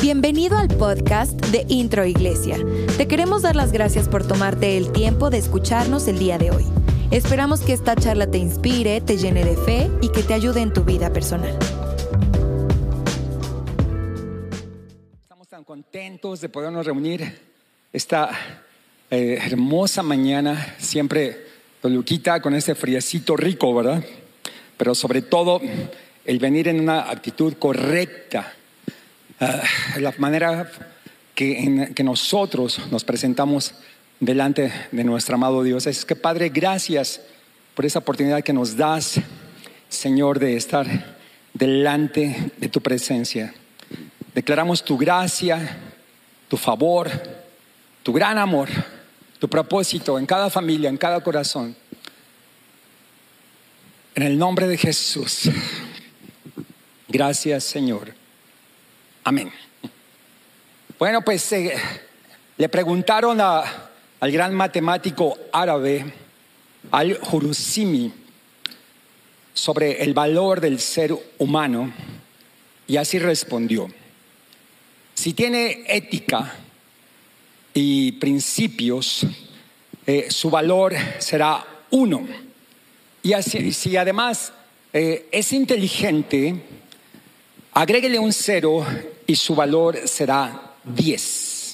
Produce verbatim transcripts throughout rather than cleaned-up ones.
Bienvenido al podcast de Intro Iglesia. Te queremos dar las gracias por tomarte el tiempo de escucharnos el día de hoy. Esperamos que esta charla te inspire, te llene de fe y que te ayude en tu vida personal. Estamos tan contentos de podernos reunir esta eh, hermosa mañana, siempre Toluquita con este friecito rico, ¿verdad? Pero sobre todo el venir en una actitud correcta. Uh, la manera que, en, que nosotros nos presentamos delante de nuestro amado Dios. Es que, Padre, gracias por esa oportunidad que nos das, Señor, de estar delante de tu presencia. Declaramos tu gracia, tu favor, tu gran amor, tu propósito en cada familia, en cada corazón. En el nombre de Jesús. Gracias, Señor. Amén. Bueno, pues eh, le preguntaron a, al gran matemático árabe Al-Khuruzimi sobre el valor del ser humano y así respondió: si tiene ética y principios, eh, su valor será uno. Y así, si además eh, es inteligente, agréguele un cero y su valor será diez.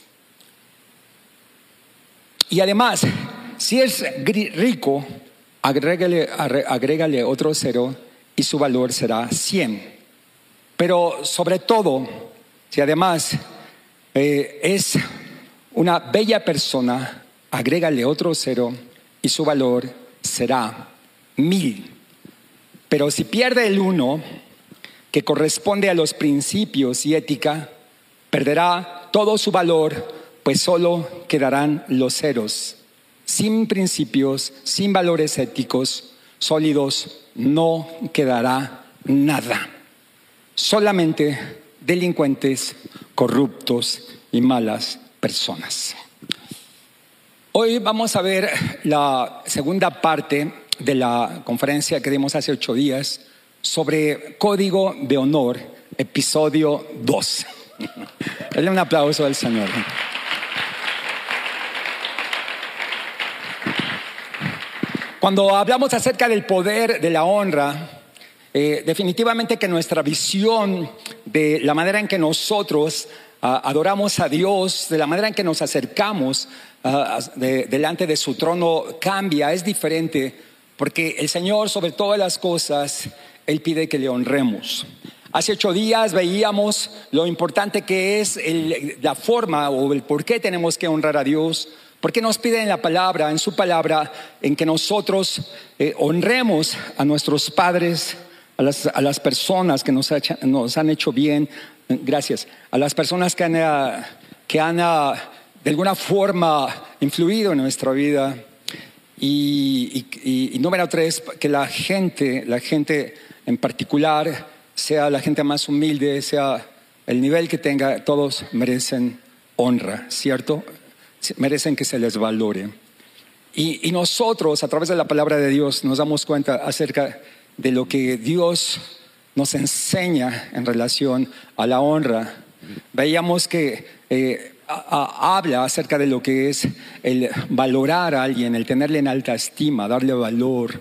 Y además, si es rico, agrégale, agrégale otro cero y su valor será cien. Pero sobre todo, si además eh, es una bella persona, agrégale otro cero y su valor será mil. Pero si pierde el uno, que corresponde a los principios y ética, perderá todo su valor, pues solo quedarán los ceros. Sin principios, sin valores éticos sólidos, no quedará nada. Solamente delincuentes, corruptos y malas personas. Hoy vamos a ver la segunda parte de la conferencia que dimos hace ocho días sobre Código de Honor, episodio dos. Denle un aplauso al Señor. Cuando hablamos acerca del poder de la honra, eh, definitivamente que nuestra visión de la manera en que nosotros uh, adoramos a Dios, de la manera en que nos acercamos uh, de, delante de su trono cambia, es diferente, porque el Señor, sobre todas las cosas, Él pide que le honremos. Hace ocho días veíamos lo importante que es el, la forma o el por qué tenemos que honrar a Dios. Porque nos pide en la palabra, en su palabra, en que nosotros eh, honremos a nuestros padres, a las, a las personas que nos, ha, nos han hecho bien. Gracias. A las personas que han, que han de alguna forma influido en nuestra vida. Y, y, y número tres, que la gente, la gente en particular, sea la gente más humilde, sea el nivel que tenga, todos merecen honra, ¿cierto? Merecen que se les valore. Y, y nosotros, a través de la palabra de Dios, nos damos cuenta acerca de lo que Dios nos enseña en relación a la honra. Veíamos que eh, a, a, habla acerca de lo que es el valorar a alguien, el tenerle en alta estima, darle valor.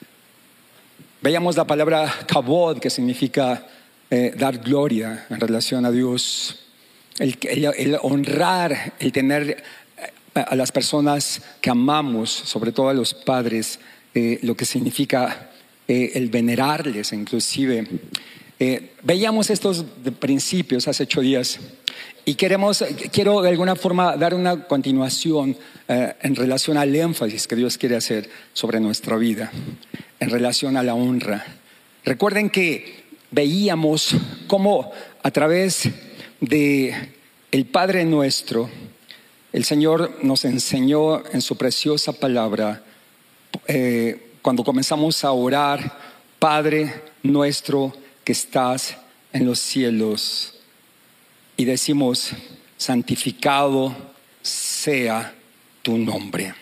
Veíamos la palabra kabod, que significa eh, dar gloria en relación a Dios. El, el, el honrar, el tener a las personas que amamos, sobre todo a los padres, eh, lo que significa eh, el venerarles inclusive. Eh, veíamos estos principios hace ocho días y queremos, quiero de alguna forma dar una continuación eh, en relación al énfasis que Dios quiere hacer sobre nuestra vida, en relación a la honra. Recuerden que veíamos cómo a través de el Padre Nuestro, el Señor nos enseñó en su preciosa palabra, eh, cuando comenzamos a orar: Padre Nuestro que estás en los cielos, y decimos: santificado sea tu nombre.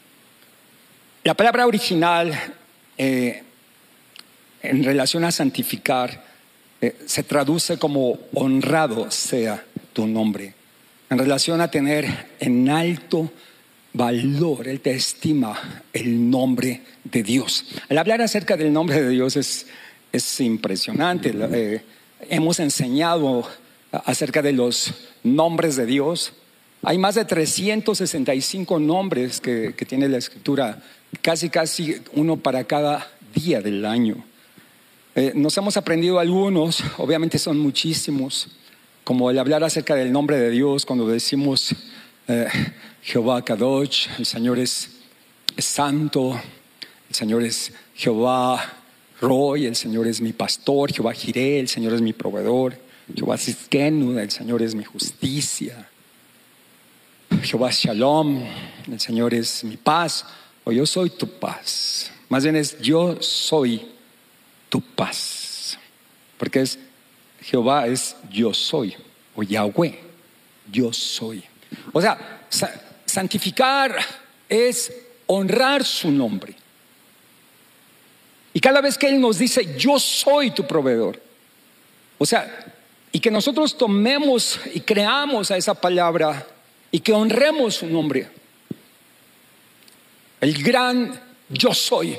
La palabra original eh, en relación a santificar eh, se traduce como honrado sea tu nombre, en relación a tener en alto valor. Él te estima el nombre de Dios. Al hablar acerca del nombre de Dios es, es impresionante. Eh, hemos enseñado acerca de los nombres de Dios. Hay más de trescientos sesenta y cinco nombres que, que tiene la Escritura, casi casi uno para cada día del año. Eh, nos hemos aprendido algunos, obviamente son muchísimos, como el hablar acerca del nombre de Dios, cuando decimos eh, Jehová Kadosh, el Señor es, es santo, el Señor es Jehová Roy, el Señor es mi pastor, Jehová Jireh, el Señor es mi proveedor, Jehová Tsidkenu, el Señor es mi justicia, Jehová Shalom, el Señor es mi paz, o yo soy tu paz. Más bien es yo soy tu paz, porque es Jehová es yo soy, o Yahweh, yo soy. O sea, sa- santificar es honrar su nombre. Y cada vez que Él nos dice yo soy tu proveedor, o sea, y que nosotros tomemos y creamos a esa palabra y que honremos su nombre, el gran yo soy,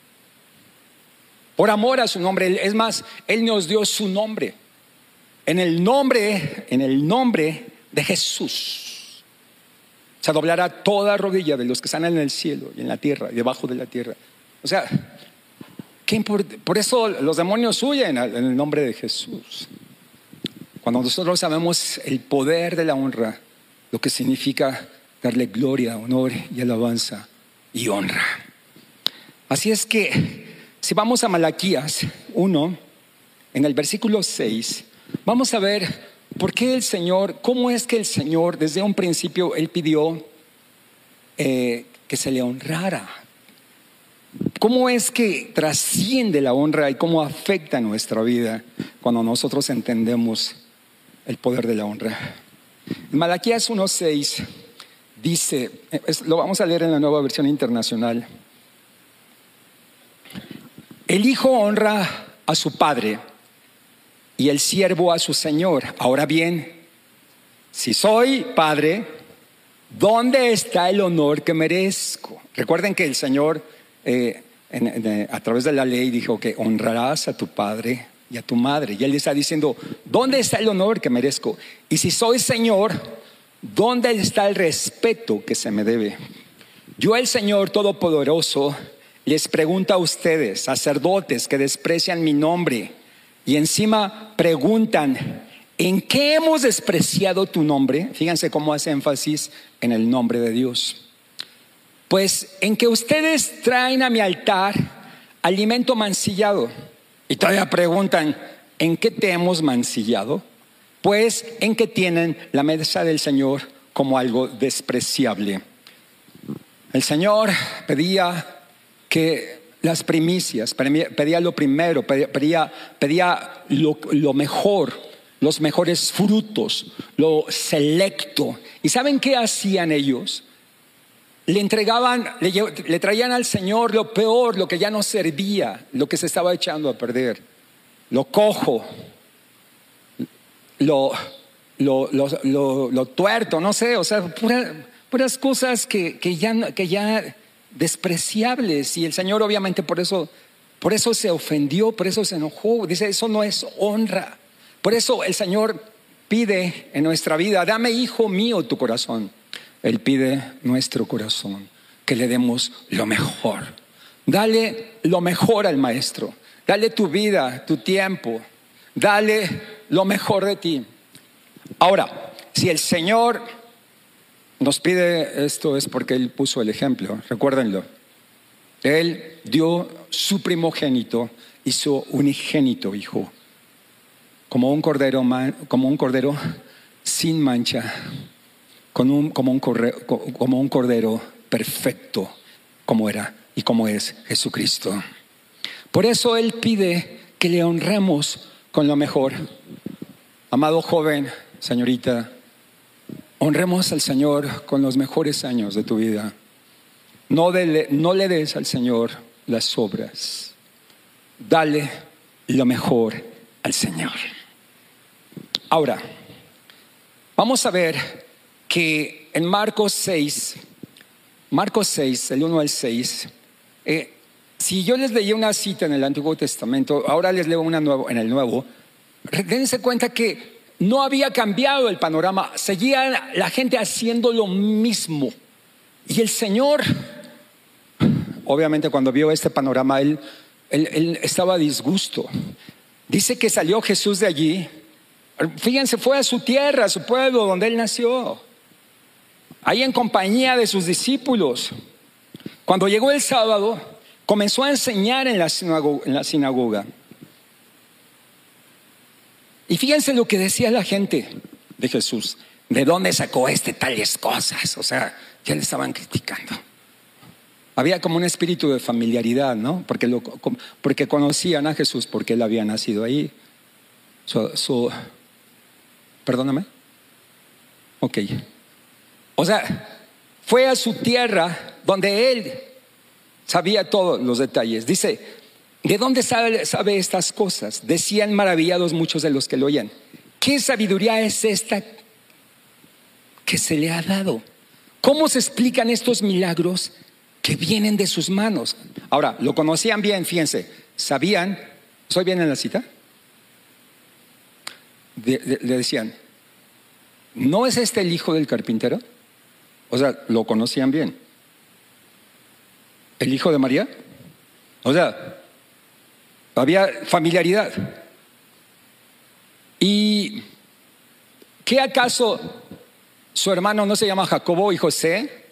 por amor a su nombre. Es más, Él nos dio su nombre. En el nombre, en el nombre de Jesús se doblará toda rodilla de los que están en el cielo y en la tierra y debajo de la tierra. O sea, ¿qué import- por eso los demonios huyen en el nombre de Jesús. Cuando nosotros sabemos el poder de la honra, lo que significa darle gloria, honor y alabanza y honra. Así es que si vamos a Malaquías uno, en el versículo seis, vamos a ver por qué el Señor, cómo es que el Señor desde un principio Él pidió eh, que se le honrara. ¿Cómo es que trasciende la honra y cómo afecta nuestra vida cuando nosotros entendemos el poder de la honra? En Malaquías uno seis dice, es, lo vamos a leer en la Nueva Versión Internacional: el hijo honra a su padre y el siervo a su señor. Ahora bien, si soy padre, ¿dónde está el honor que merezco? Recuerden que el Señor eh, en, en, a través de la ley dijo que honrarás a tu padre y a tu madre. Y Él está diciendo, ¿dónde está el honor que merezco? Y si soy Señor, ¿dónde está el respeto que se me debe? Yo, el Señor Todopoderoso, les pregunto a ustedes, sacerdotes que desprecian mi nombre y encima preguntan, ¿en qué hemos despreciado tu nombre? Fíjense cómo hace énfasis en el nombre de Dios. Pues en que ustedes traen a mi altar alimento mancillado. Y todavía preguntan, ¿en qué te hemos mancillado? Pues en que tienen la mesa del Señor como algo despreciable. El Señor pedía que las primicias, pedía lo primero, pedía, pedía lo, lo mejor, los mejores frutos, lo selecto. ¿Y saben qué hacían ellos? Le entregaban, le, le traían al Señor lo peor, lo que ya no servía, lo que se estaba echando a perder, lo cojo, lo, lo, lo, lo, lo tuerto, no sé, o sea, pura, puras cosas que, que, ya, que ya despreciables. Y el Señor obviamente por eso, por eso se ofendió, por eso se enojó. Dice, eso no es honra. Por eso el Señor pide en nuestra vida, dame, hijo mío, tu corazón. Él pide nuestro corazón, que le demos lo mejor. Dale lo mejor al maestro. Dale tu vida, tu tiempo. Dale lo mejor de ti. Ahora, si el Señor nos pide esto, es porque Él puso el ejemplo. Recuérdenlo. Él dio su primogénito y su unigénito hijo, como un cordero, como un cordero sin mancha, como un, como, un cordero, como un cordero perfecto, como era y como es Jesucristo. Por eso Él pide que le honremos con lo mejor. Amado joven, señorita, honremos al Señor con los mejores años de tu vida. No, dele, no le des al Señor las obras. Dale lo mejor al Señor. Ahora, Vamos a ver que en Marcos seis, Marcos seis, el uno al seis, eh, si yo les leía una cita en el Antiguo Testamento, ahora les leo una nuevo, en el Nuevo, dense cuenta que no había cambiado el panorama, seguía la gente haciendo lo mismo. Y el Señor, obviamente cuando vio este panorama, él, él, él estaba a disgusto. Dice que salió Jesús de allí, fíjense, fue a su tierra, a su pueblo donde él nació, ahí en compañía de sus discípulos. Cuando llegó el sábado, comenzó a enseñar en la sinagoga, en la sinagoga. Y fíjense lo que decía la gente de Jesús. ¿De dónde sacó este tales cosas? O sea, ya le estaban criticando. Había como un espíritu de familiaridad, ¿no? Porque, lo, porque conocían a Jesús porque él había nacido ahí. Su, su, perdóname. Ok. O sea, fue a su tierra donde él sabía todos los detalles. Dice, ¿de dónde sabe, sabe estas cosas? Decían maravillados muchos de los que lo oían. ¿Qué sabiduría es esta que se le ha dado? ¿Cómo se explican estos milagros que vienen de sus manos? Ahora, lo conocían bien, fíjense. Sabían, ¿estoy bien en la cita? De, de, le decían, ¿no es este el hijo del carpintero? O sea, lo conocían bien. ¿El hijo de María? O sea, había familiaridad. ¿Y qué acaso su hermano no se llama Jacobo y José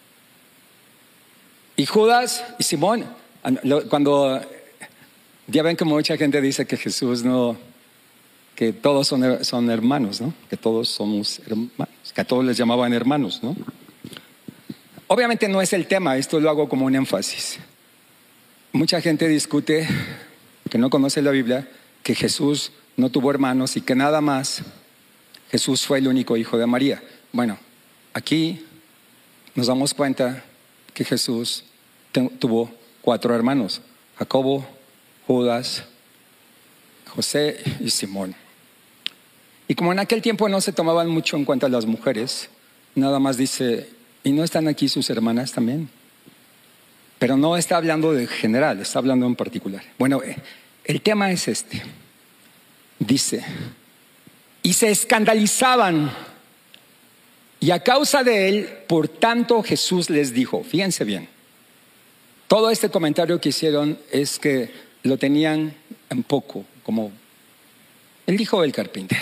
y Judas y Simón? Cuando ya ven que mucha gente dice que Jesús no, que todos son, son hermanos, ¿no? Que todos somos hermanos, que a todos les llamaban hermanos, ¿no? Obviamente no es el tema, esto lo hago como un énfasis. Mucha gente discute, que no conoce la Biblia, que Jesús no tuvo hermanos y que nada más Jesús fue el único hijo de María. Bueno, aquí nos damos cuenta que Jesús tuvo cuatro hermanos: Jacobo, Judas, José y Simón. Y como en aquel tiempo no se tomaban mucho en cuenta las mujeres, nada más dice, ¿y no están aquí sus hermanas también? Pero no está hablando de general, está hablando en particular. Bueno, el tema es este. Dice, y se escandalizaban, y a causa de él, por tanto Jesús les dijo, fíjense bien, todo este comentario que hicieron es que lo tenían en poco, como el hijo del carpintero.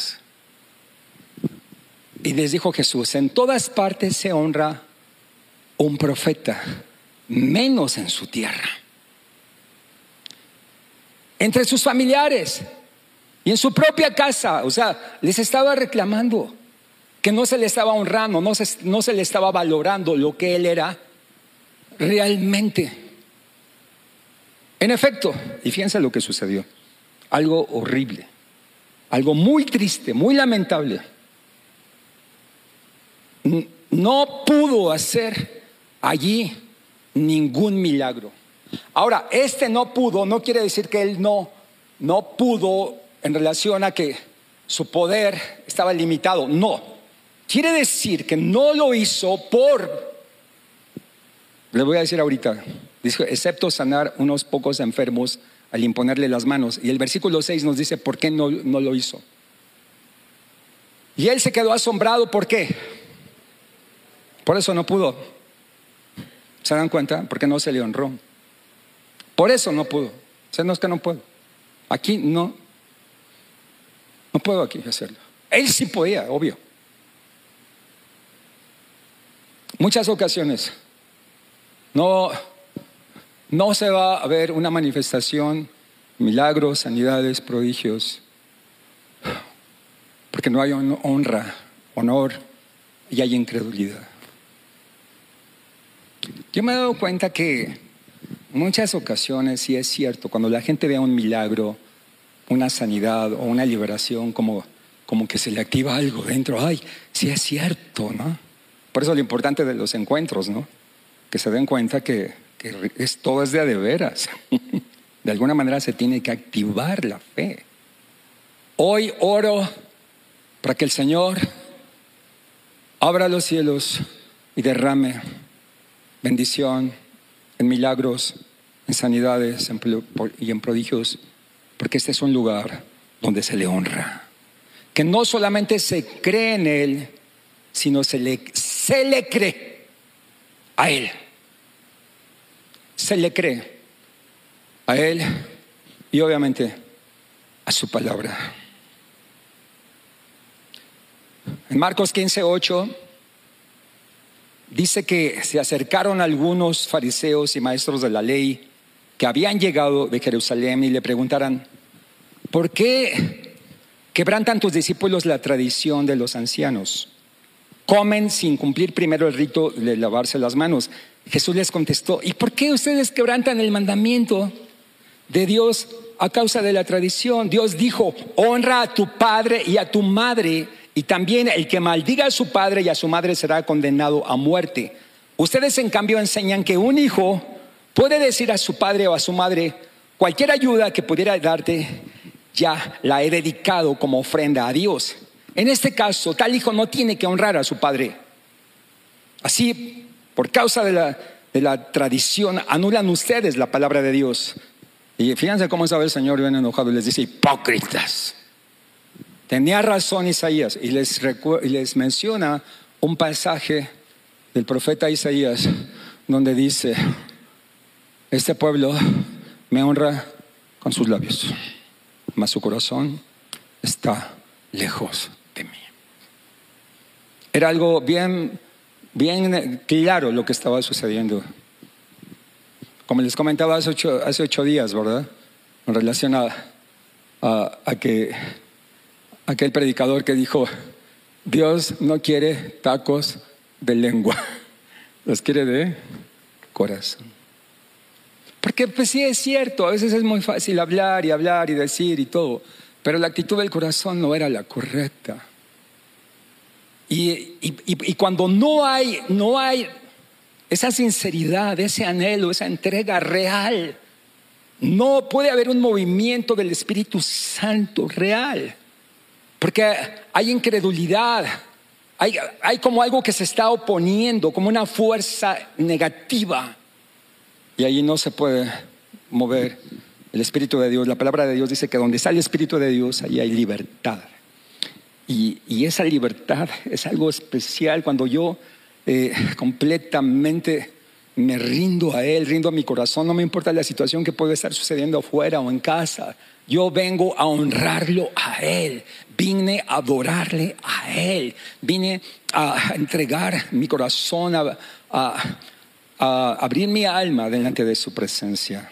Y les dijo Jesús, en todas partes se honra un profeta, menos en su tierra, entre sus familiares y en su propia casa. O sea, les estaba reclamando que no se le estaba honrando, no se, no se le estaba valorando lo que él era realmente. En efecto, y fíjense lo que sucedió, algo horrible, algo muy triste, muy lamentable. No pudo hacer allí ningún milagro. Ahora, este no pudo no quiere decir que él no, no pudo en relación a que su poder estaba limitado. No, quiere decir que no lo hizo por, le voy a decir ahorita, dice, excepto sanar unos pocos enfermos al imponerle las manos. Y el versículo seis nos dice por qué no, no lo hizo. Y él se quedó asombrado. ¿Por qué? Por eso no pudo. ¿Se dan cuenta? Porque no se le honró. Por eso no pudo. O sea, no es que no puedo. Aquí no. No puedo aquí hacerlo. Él sí podía, obvio. Muchas ocasiones no, no se va a ver una manifestación, milagros, sanidades, prodigios, porque no hay honra, honor y hay incredulidad. Yo me he dado cuenta que muchas ocasiones, sí es cierto, cuando la gente ve un milagro, una sanidad o una liberación, como, como que se le activa algo dentro. Ay, sí es cierto, ¿no? Por eso lo importante de los encuentros, ¿no? Que se den cuenta que, que es, todo es de a de veras. De alguna manera se tiene que activar la fe. Hoy oro para que el Señor abra los cielos y derrame bendición en milagros, en sanidades en pro- y en prodigios, porque este es un lugar donde se le honra. Que no solamente se cree en Él, sino se le, se le cree a Él. Se le cree a Él y obviamente a su palabra. En Marcos quince ocho dice que se acercaron algunos fariseos y maestros de la ley que habían llegado de Jerusalén y le preguntaran: ¿por qué quebrantan tus discípulos la tradición de los ancianos? Comen sin cumplir primero el rito de lavarse las manos. Jesús les contestó: ¿y por qué ustedes quebrantan el mandamiento de Dios a causa de la tradición? Dios dijo: honra a tu padre y a tu madre, y también el que maldiga a su padre y a su madre será condenado a muerte. Ustedes en cambio enseñan que un hijo puede decir a su padre o a su madre: cualquier ayuda que pudiera darte ya la he dedicado como ofrenda a Dios. En este caso, tal hijo no tiene que honrar a su padre. Así, por causa de la, de la tradición, anulan ustedes la palabra de Dios. Y fíjense cómo sabe el Señor bien enojado y les dice: hipócritas. Tenía razón Isaías, y les, recu- y les menciona un pasaje del profeta Isaías donde dice: este pueblo me honra con sus labios, mas su corazón está lejos de mí. Era algo bien, bien claro lo que estaba sucediendo. Como les comentaba hace ocho, hace ocho días, ¿verdad? En relación a, a, a que aquel predicador que dijo: Dios no quiere tacos de lengua, los quiere de corazón. Porque pues sí es cierto, a veces es muy fácil hablar y hablar y decir y todo, pero la actitud del corazón no era la correcta. Y, y, y, y cuando no hay, no hay esa sinceridad, ese anhelo, esa entrega real, no puede haber un movimiento del Espíritu Santo real. Porque hay incredulidad, hay, hay como algo que se está oponiendo, como una fuerza negativa. Y ahí no se puede mover el Espíritu de Dios. La palabra de Dios dice que donde está el Espíritu de Dios, ahí hay libertad. Y, y esa libertad es algo especial cuando yo eh, completamente me rindo a Él, rindo a mi corazón. No me importa la situación que puede estar sucediendo afuera o en casa. Yo vengo a honrarlo a Él. Vine a adorarle a Él. Vine a entregar mi corazón, a, a, a abrir mi alma delante de su presencia.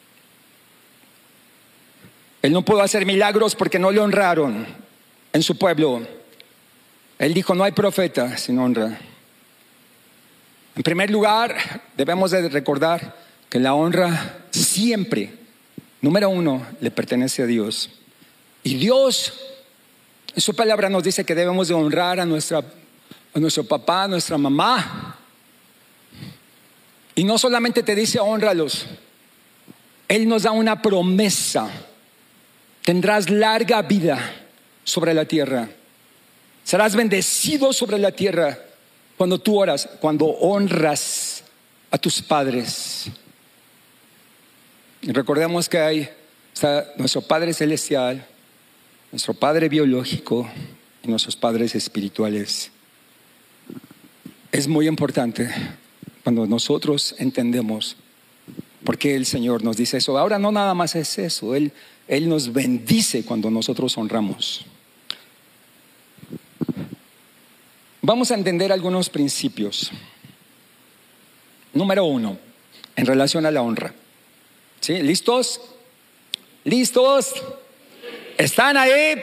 Él no pudo hacer milagros porque no le honraron en su pueblo. Él dijo: no hay profeta sin honra. En primer lugar, debemos de recordar que la honra siempre, número uno, le pertenece a Dios. Y Dios, en su palabra nos dice que debemos de honrar a, nuestra, a nuestro papá, a nuestra mamá. Y no solamente te dice honralos, Él nos da una promesa: tendrás larga vida sobre la tierra, serás bendecido sobre la tierra cuando tú oras, cuando honras a tus padres. Y recordemos que hay está nuestro Padre Celestial, nuestro Padre biológico y nuestros padres espirituales. Es muy importante cuando nosotros entendemos por qué el Señor nos dice eso. Ahora no nada más es eso, Él, Él nos bendice cuando nosotros honramos. Vamos a entender algunos principios. Número uno, en relación a la honra. ¿Sí? ¿Listos? ¿Listos? ¿Están ahí?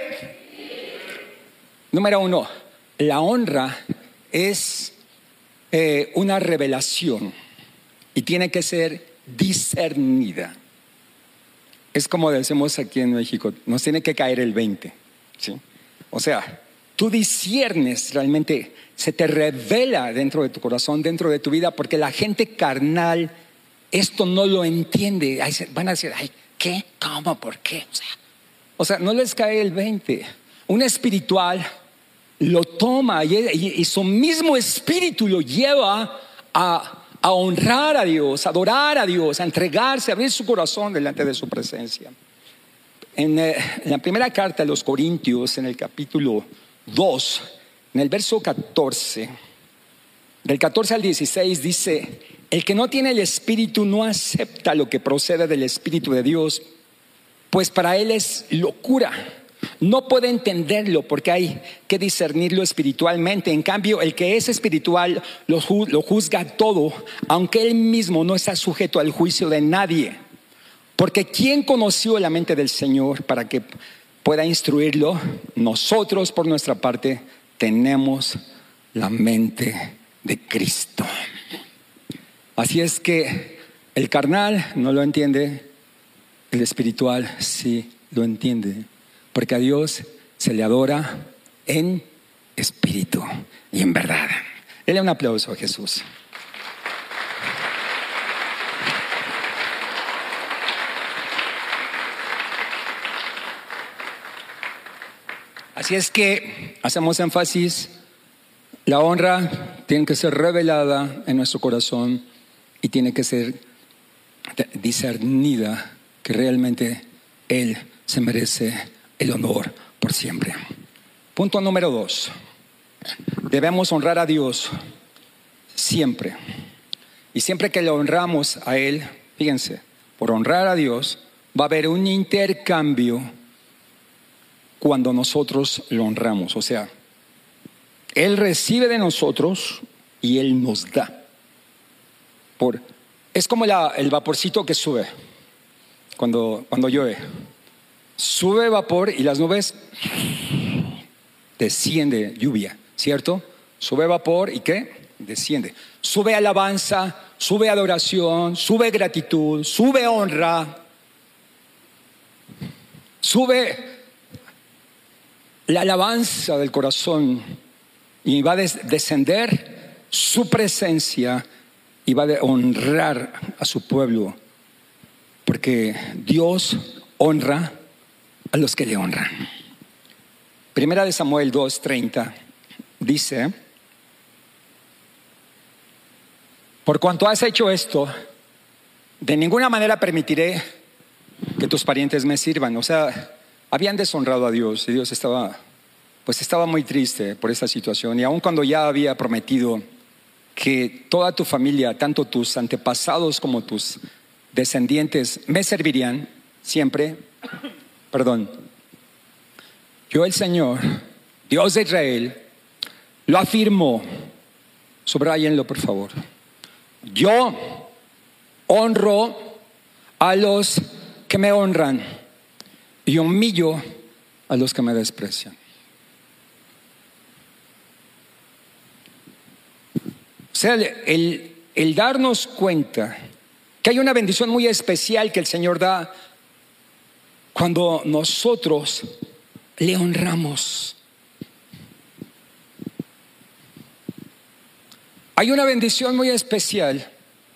Número uno, la honra es eh, una revelación y tiene que ser discernida. Es como decimos aquí en México, nos tiene que caer el veinte, ¿sí? O sea, tú disciernes realmente, se te revela dentro de tu corazón, dentro de tu vida, porque la gente carnal esto no lo entiende. Ay, van a decir: ay, ¿qué? ¿Cómo? ¿Por qué? O sea, o sea, no les cae el veinte. Un espiritual lo toma y, y, y su mismo espíritu lo lleva a, a honrar a Dios, a adorar a Dios, a entregarse, a abrir su corazón delante de su presencia. En, eh, en la primera carta de los Corintios, en el capítulo dos, en el verso catorce, del catorce al dieciséis dice: el que no tiene el Espíritu no acepta lo que procede del Espíritu de Dios, pues para él es locura. No puede entenderlo porque hay que discernirlo espiritualmente. En cambio, el que es espiritual lo, lo juzga todo, aunque él mismo no está sujeto al juicio de nadie. Porque ¿quién conoció la mente del Señor para que pueda instruirlo? Nosotros, por nuestra parte, tenemos la mente de Cristo. Así es que el carnal no lo entiende, el espiritual sí lo entiende, porque a Dios se le adora en espíritu y en verdad. Dele un aplauso a Jesús. Así es que hacemos énfasis: la honra tiene que ser revelada en nuestro corazón y tiene que ser discernida que realmente Él se merece el honor por siempre. Punto número dos: debemos honrar a Dios siempre. Y siempre que le honramos a Él, fíjense, por honrar a Dios va a haber un intercambio cuando nosotros lo honramos. O sea, Él recibe de nosotros y Él nos da. Por, es como la, el vaporcito que sube cuando, cuando llueve. Sube vapor y las nubes desciende lluvia, ¿cierto? Sube vapor y ¿qué? Desciende. Sube alabanza, sube adoración, sube gratitud, sube honra, sube la alabanza del corazón, y va a des- descender su presencia y va a honrar a su pueblo, porque Dios honra a los que le honran. Primera de Samuel dos treinta dice: por cuanto has hecho esto, de ninguna manera permitiré que tus parientes me sirvan. O sea, habían deshonrado a Dios y Dios estaba, pues estaba muy triste por esa situación. Y aun cuando ya había prometido que toda tu familia, tanto tus antepasados como tus descendientes, me servirían siempre, perdón, yo, el Señor, Dios de Israel, lo afirmo. Subrayenlo, por favor. Yo honro a los que me honran y humillo a los que me desprecian. O sea, el, el, el darnos cuenta que hay una bendición muy especial que el Señor da cuando nosotros le honramos. Hay una bendición muy especial,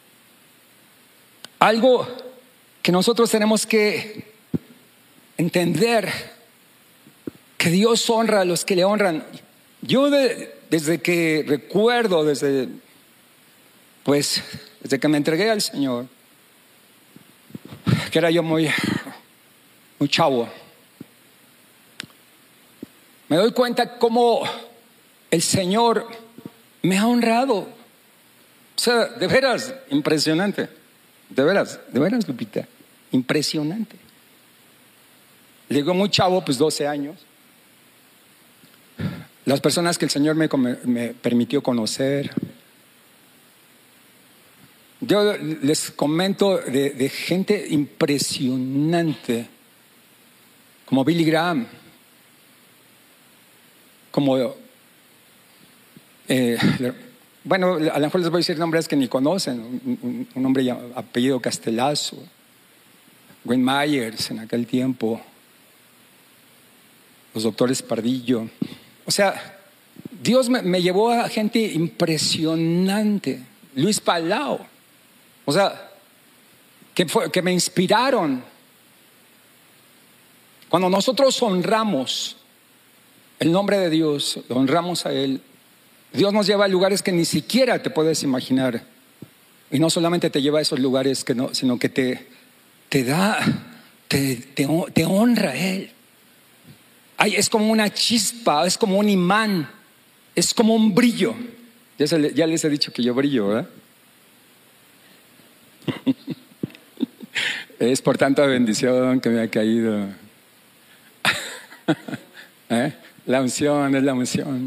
algo que nosotros tenemos que entender, que Dios honra a los que le honran. Yo de, desde que recuerdo, desde pues desde que me entregué al Señor, que era yo muy, muy chavo, me doy cuenta cómo el Señor me ha honrado. O sea, de veras, impresionante. De veras, de veras, Lupita, impresionante. Le digo muy chavo, pues doce años. Las personas que el Señor me, me permitió conocer. Yo les comento de, de gente impresionante, como Billy Graham, como eh, bueno, a lo mejor les voy a decir nombres que ni conocen. Un, un, un hombre llamado, apellido Castelazo, Wayne Myers en aquel tiempo, los doctores Pardillo. O sea, Dios me, me llevó a gente impresionante. Luis Palau. O sea, que, fue, que me inspiraron. Cuando nosotros honramos, el nombre de Dios, lo honramos a Él. Dios nos lleva a lugares que ni siquiera te puedes imaginar. Y no solamente te lleva a esos lugares, que no, sino que te, te da, te, te, te honra a Él. Ay, es como una chispa, es como un imán, es como un brillo. Ya, se, ya les he dicho que yo brillo, ¿verdad? Es por tanta bendición que me ha caído. ¿Eh? La unción es la unción.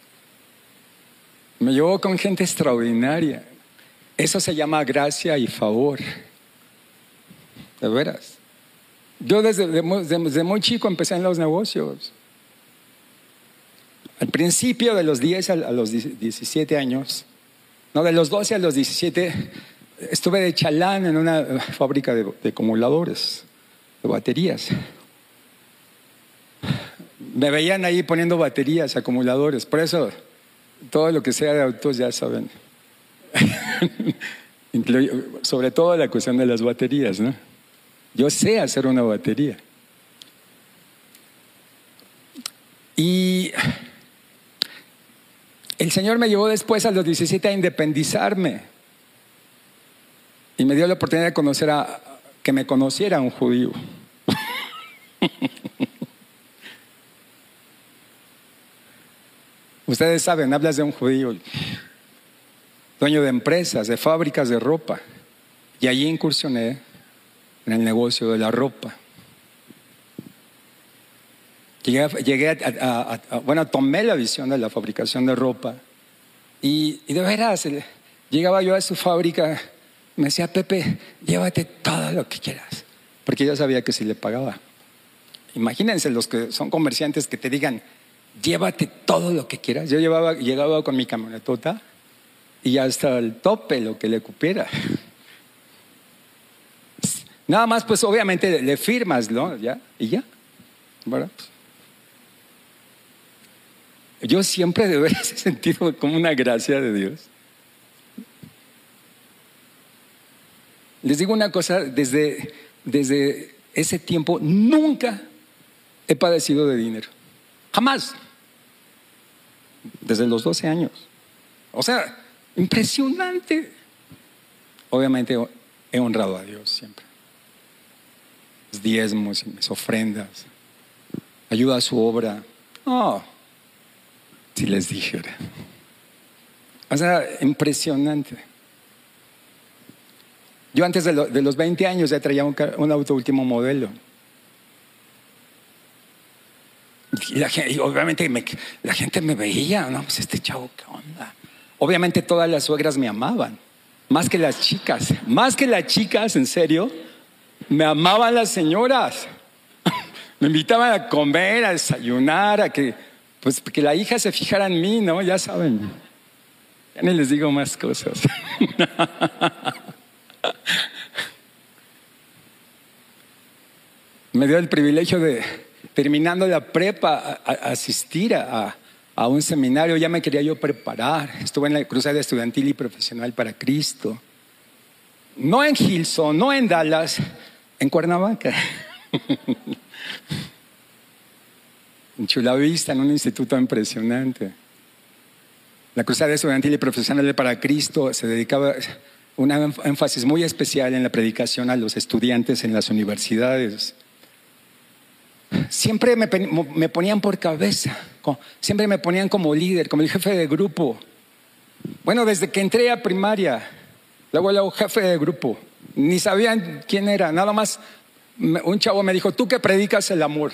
Me llevo con gente extraordinaria. Eso se llama gracia y favor. De veras. Yo desde, desde, desde muy chico empecé en los negocios. Al principio de los diez a los diecisiete años, no, de los doce a los diecisiete, estuve de chalán en una fábrica de, de acumuladores, de baterías. Me veían ahí poniendo baterías, acumuladores. Por eso, todo lo que sea de autos ya saben. Sobre todo la cuestión de las baterías, ¿no? Yo sé hacer una batería. Y el Señor me llevó después a los diecisiete a independizarme. Y me dio la oportunidad de conocer a, que me conociera un judío. Ustedes saben, hablas de un judío, dueño de empresas, de fábricas de ropa. Y allí incursioné en el negocio de la ropa. Llegué, llegué a, a, a, a, bueno, tomé la visión de la fabricación de ropa. Y, y de veras, llegaba yo a su fábrica, me decía, Pepe, llévate todo lo que quieras. Porque yo sabía que si le pagaba. Imagínense los que son comerciantes que te digan, llévate todo lo que quieras. Yo llevaba, llegaba con mi camionetota y hasta el tope lo que le cupiera. Nada más, pues obviamente le firmas, ¿no? ¿Ya? ¿Y ya? ¿Verdad? Yo siempre de veras he sentido como una gracia de Dios. Les digo una cosa, desde, desde ese tiempo nunca he padecido de dinero. Jamás. Desde los doce años. O sea, impresionante. Obviamente he honrado a Dios siempre. Mis diezmos, mis ofrendas, ayuda a su obra. Oh, si les dijera. O sea, impresionante. Yo antes de, lo, de los veinte años ya traía un, un auto último modelo. Y, la, y obviamente me, la gente me veía, no, pues este chavo, ¿qué onda? Obviamente todas las suegras me amaban, más que las chicas, más que las chicas, en serio, me amaban las señoras. Me invitaban a comer, a desayunar, a que, pues, que la hija se fijara en mí, ¿no? Ya saben, ya ni les digo más cosas. Me dio el privilegio de, terminando la prepa, a, a asistir a, a un seminario. Ya me quería yo preparar. Estuve en la cruzada estudiantil y profesional para Cristo. No en Hillsong, no en Dallas, en Cuernavaca. En Chula Vista, en un instituto impresionante. La cruzada estudiantil y profesional para Cristo se dedicaba un énfasis muy especial en la predicación a los estudiantes en las universidades. Siempre me, me ponían por cabeza, siempre me ponían como líder, como el jefe de grupo. Bueno, desde que entré a primaria, luego luego jefe de grupo, ni sabían quién era, nada más un chavo me dijo, tú que predicas el amor.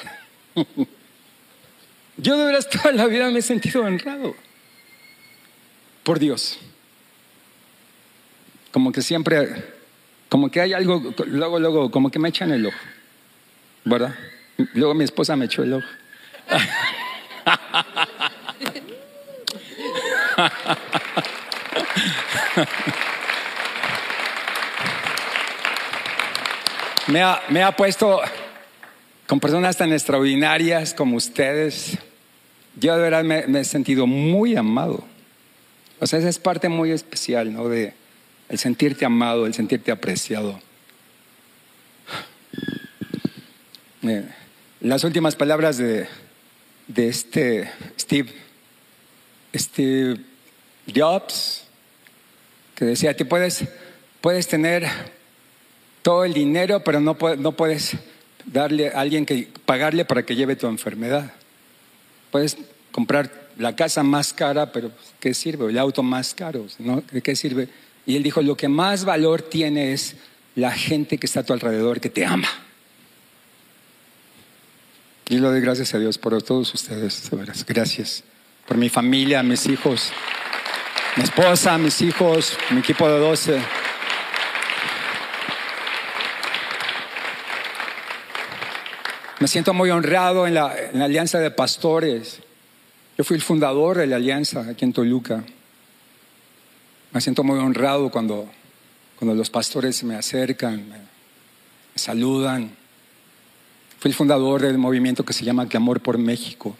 Yo de veras toda la vida me he sentido honrado por Dios. Como que siempre, como que hay algo, luego, luego, como que me echan el ojo, ¿verdad? Luego mi esposa me echó el ojo. Me ha, me ha puesto con personas tan extraordinarias como ustedes. Yo de verdad me, me he sentido muy amado. O sea, esa es parte muy especial, ¿no? De el sentirte amado, el sentirte apreciado. Eh, Las últimas palabras de, de este Steve, Steve Jobs, que decía, tú puedes, puedes tener todo el dinero, pero no, puedes, no puedes darle a alguien que pagarle para que lleve tu enfermedad. Puedes comprar la casa más cara, pero ¿qué sirve? El auto más caro, ¿no? ¿De qué sirve? Y él dijo, lo que más valor tiene es la gente que está a tu alrededor, que te ama. Y le doy gracias a Dios por todos ustedes, de veras. Gracias por mi familia, mis hijos, mi esposa, mis hijos, mi equipo de doce. Me siento muy honrado en la, en la Alianza de Pastores. Yo fui el fundador de la Alianza aquí en Toluca. Me siento muy honrado cuando, cuando los pastores me acercan, me, me saludan. Fui el fundador del movimiento que se llama Clamor por México.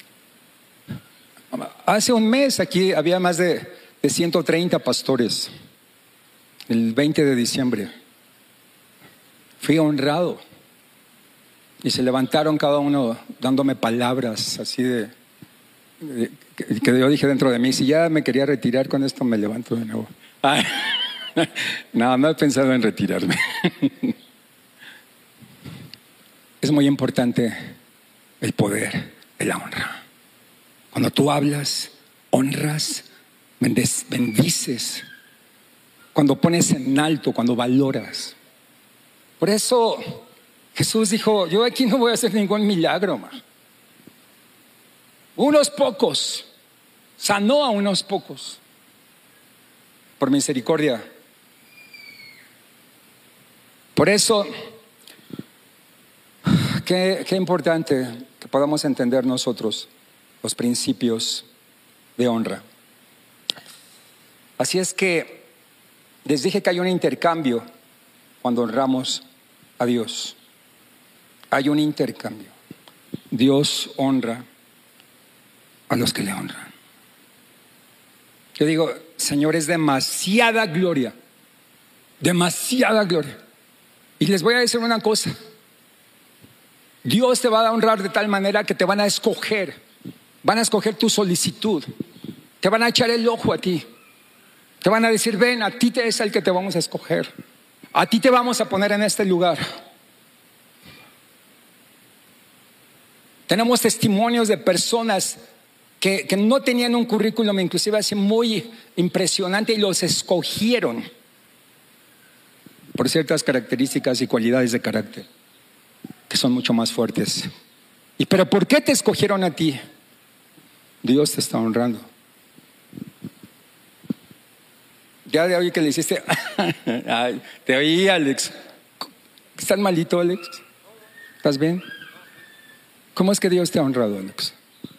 Hace un mes aquí había más de, de ciento treinta pastores. El veinte de diciembre. Fui honrado. Y se levantaron cada uno dándome palabras así de, de que, que yo dije dentro de mí, si ya me quería retirar con esto, me levanto de nuevo. Ay, no, no he pensado en retirarme. Es muy importante el poder de la honra. Cuando tú hablas, honras, bendices. Cuando pones en alto, cuando valoras. Por eso Jesús dijo, yo aquí no voy a hacer ningún milagro, ma. Unos pocos, sanó a unos pocos, por misericordia. Por eso, qué, qué importante que podamos entender nosotros los principios de honra. Así es que les dije que hay un intercambio cuando honramos a Dios. Hay un intercambio. Dios honra a los que le honran. Yo digo, Señor, es demasiada gloria, demasiada gloria. Y les voy a decir una cosa. Dios te va a honrar de tal manera que te van a escoger, van a escoger tu solicitud, te van a echar el ojo a ti, te van a decir, ven, a ti te es el que te vamos a escoger, a ti te vamos a poner en este lugar. Tenemos testimonios de personas que, que no tenían un currículum, inclusive así muy impresionante, y los escogieron por ciertas características y cualidades de carácter que son mucho más fuertes. ¿Y pero por qué te escogieron a ti? Dios te está honrando. Ya de hoy que le hiciste, ay, te oí, Alex. ¿Estás malito, Alex? ¿Estás bien? ¿Cómo es que Dios te ha honrado, Alex?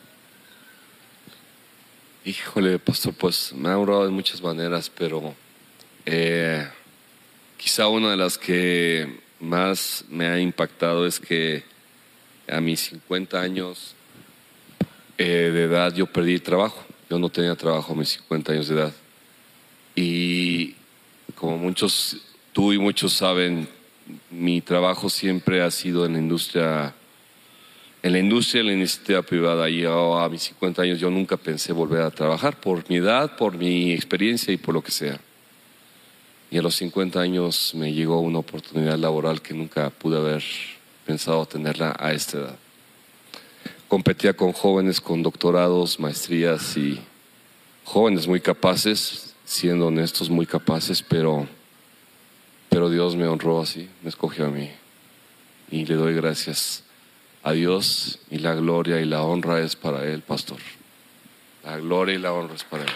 Híjole, pastor, pues me ha honrado de muchas maneras, pero eh, quizá una de las que más me ha impactado es que a mis cincuenta años eh, de edad yo perdí trabajo. Yo no tenía trabajo a mis cincuenta años de edad. Y como muchos, tú y muchos saben, mi trabajo siempre ha sido en la industria, en la industria, en la iniciativa privada. Y yo, a mis cincuenta años yo nunca pensé volver a trabajar por mi edad, por mi experiencia y por lo que sea. Y a los cincuenta años me llegó una oportunidad laboral que nunca pude haber pensado tenerla a esta edad. Competía con jóvenes con doctorados, maestrías y jóvenes muy capaces, siendo honestos, muy capaces, pero, pero Dios me honró así, me escogió a mí. Y le doy gracias a Dios, y la gloria y la honra es para Él, pastor. La gloria y la honra es para Él.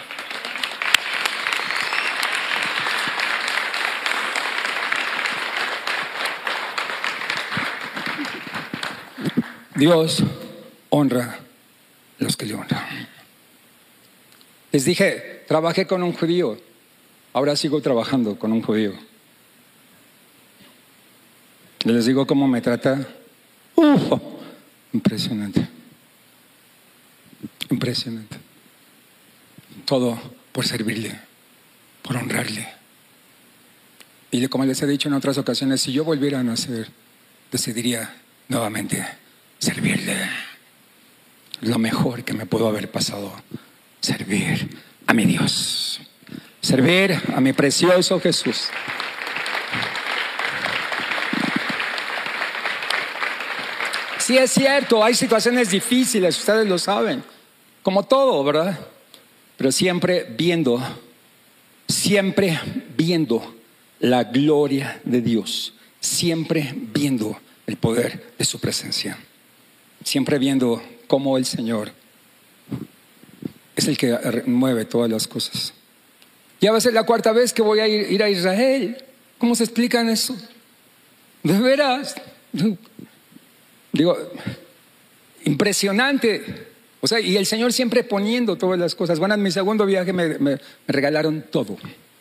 Dios honra a los que le honran. Les dije, trabajé con un judío, ahora sigo trabajando con un judío. Les digo cómo me trata. Uf, impresionante. Impresionante. Todo por servirle, por honrarle. Y como les he dicho en otras ocasiones, si yo volviera a nacer, decidiría nuevamente servirle. lo mejor que me pudo haber pasado, servir a mi Dios, servir a mi precioso Jesús. Sí, es cierto, hay situaciones difíciles, ustedes lo saben, como todo, ¿verdad? Pero siempre viendo, siempre viendo la gloria de Dios, siempre viendo el poder de su presencia, siempre viendo cómo el Señor es el que mueve todas las cosas. Ya va a ser la cuarta vez que voy a ir, ir a Israel. ¿Cómo se explican eso? De veras. Digo, impresionante. O sea, y el Señor siempre poniendo todas las cosas. Bueno, en mi segundo viaje me, me, me regalaron todo.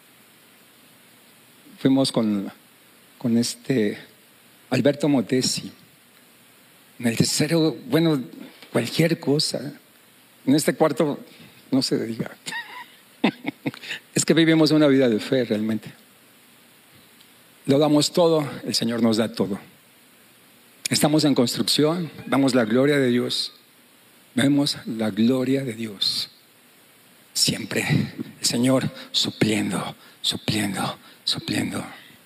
Fuimos con, con este Alberto Motesi. En el tercero, bueno, cualquier cosa. En este cuarto, no se diga. Es que vivimos una vida de fe realmente. Lo damos todo, el Señor nos da todo. Estamos en construcción, vemos la gloria de Dios. Vemos la gloria de Dios. Siempre el Señor supliendo, supliendo, supliendo.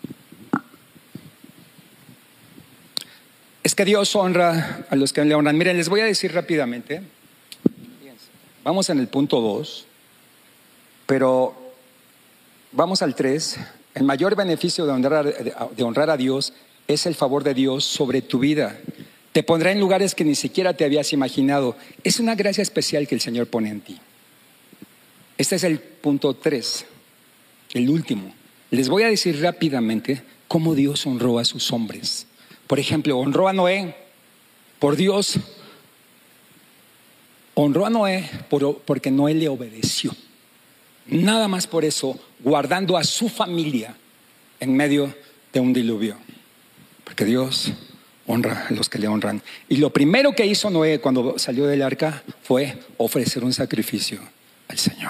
Es que Dios honra a los que le honran. Miren, les voy a decir rápidamente. Vamos en el punto dos, pero vamos al tres. El mayor beneficio de honrar, de honrar a Dios es el favor de Dios sobre tu vida. Te pondrá en lugares que ni siquiera te habías imaginado. Es una gracia especial que el Señor pone en ti. Este es el punto tres, el último. Les voy a decir rápidamente cómo Dios honró a sus hombres. Por ejemplo, honró a Noé. Por Dios, honró a Noé por, porque Noé le obedeció. Nada más por eso, guardando a su familia en medio de un diluvio. Porque Dios honra a los que le honran. Y lo primero que hizo Noé cuando salió del arca fue ofrecer un sacrificio al Señor.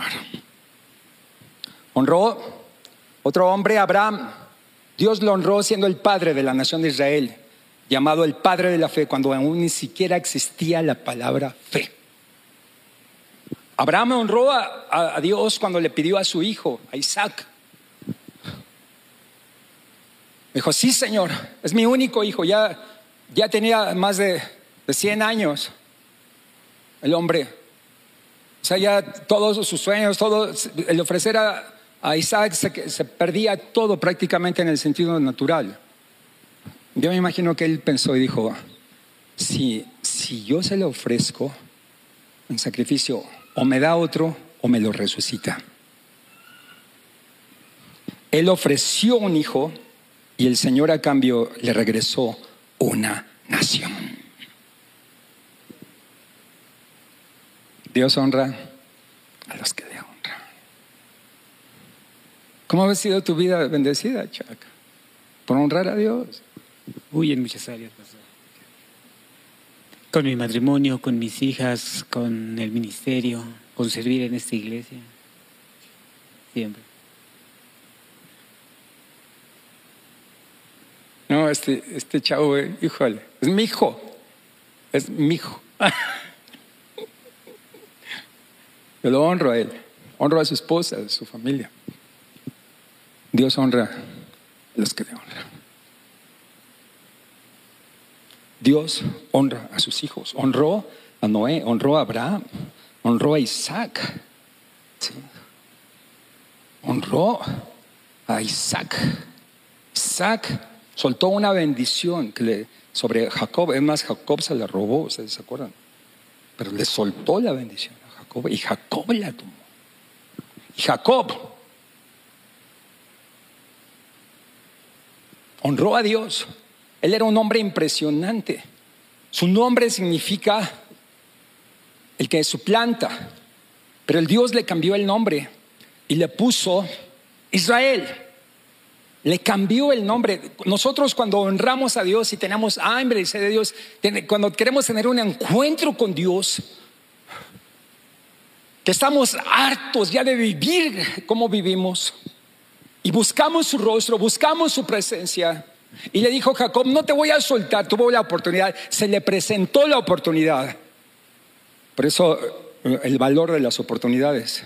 Honró otro hombre, Abraham. Dios lo honró siendo el padre de la nación de Israel, llamado el padre de la fe, cuando aún ni siquiera existía la palabra fe. Abraham honró a, a, a Dios cuando le pidió a su hijo, a Isaac. Dijo, sí, Señor, es mi único hijo. Ya, ya tenía más de, de cien años el hombre. O sea, ya todos sus sueños, todo, el ofrecer a, a Isaac se, se perdía todo prácticamente en el sentido natural. Yo me imagino que él pensó y dijo, si, si yo se lo ofrezco en sacrificio, o me da otro o me lo resucita. Él ofreció un hijo y el Señor a cambio le regresó una nación. Dios honra a los que le honran. ¿Cómo ha sido tu vida bendecida, Chuck? Por honrar a Dios. Uy, en muchas áreas, pastor. Con mi matrimonio, con mis hijas, con el ministerio, con servir en esta iglesia. Siempre. No, este, este chavo, eh, híjole, es mi hijo. Es mi hijo. Yo lo honro a él. Honro a su esposa, a su familia. Dios honra a los que le honran. Dios honra a sus hijos. Honró a Noé, honró a Abraham, honró a Isaac. ¿Sí? Honró a Isaac. Isaac soltó una bendición que le, sobre Jacob. Es más, Jacob se la robó, ¿ustedes se acuerdan? Pero le soltó la bendición a Jacob y Jacob la tomó. Y Jacob honró a Dios. Él era un hombre impresionante. Su nombre significa el que suplanta, pero el Dios le cambió el nombre y le puso Israel. Le cambió el nombre. Nosotros cuando honramos a Dios y tenemos hambre y sed de Dios, cuando queremos tener un encuentro con Dios, que estamos hartos ya de vivir como vivimos y buscamos su rostro, buscamos su presencia. Y le dijo Jacob, no te voy a soltar. Tuvo la oportunidad, se le presentó la oportunidad. Por eso el valor de las oportunidades.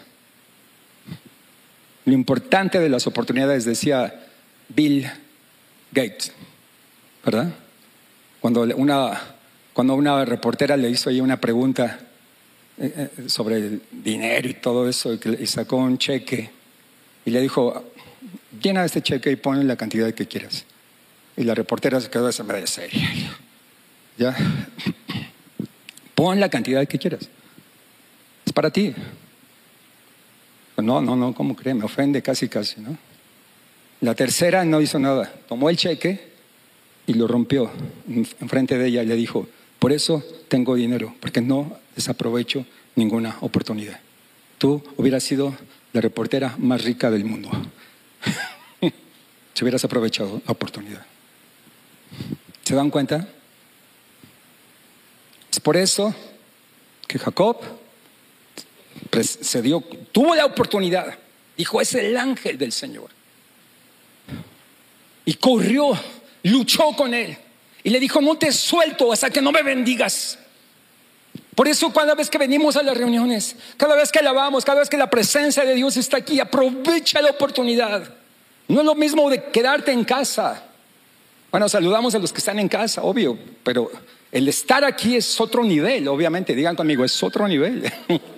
Lo importante de las oportunidades, decía Bill Gates, ¿verdad? Cuando una, cuando una reportera le hizo ahí una pregunta eh, sobre el dinero y todo eso, y, que, y sacó un cheque y le dijo, llena este cheque y pon la cantidad que quieras. Y la reportera se quedó esa media seria. ¿Ya? Pon la cantidad que quieras. Es para ti. No, no, no, ¿cómo cree? Me ofende casi, casi, ¿no? La tercera no hizo nada. Tomó el cheque y lo rompió enfrente de ella y le dijo, por eso tengo dinero, porque no desaprovecho ninguna oportunidad. Tú hubieras sido la reportera más rica del mundo si hubieras aprovechado la oportunidad. ¿Se dan cuenta? Es por eso que Jacob se dio, tuvo la oportunidad, dijo, es el ángel del Señor, y corrió, luchó con él y le dijo, no te suelto hasta que no me bendigas. Por eso cada vez que venimos a las reuniones, cada vez que alabamos, cada vez que la presencia de Dios está aquí, aprovecha la oportunidad. No es lo mismo de quedarte en casa. Bueno, saludamos a los que están en casa, obvio, pero el estar aquí es otro nivel, obviamente. Digan conmigo, es otro nivel.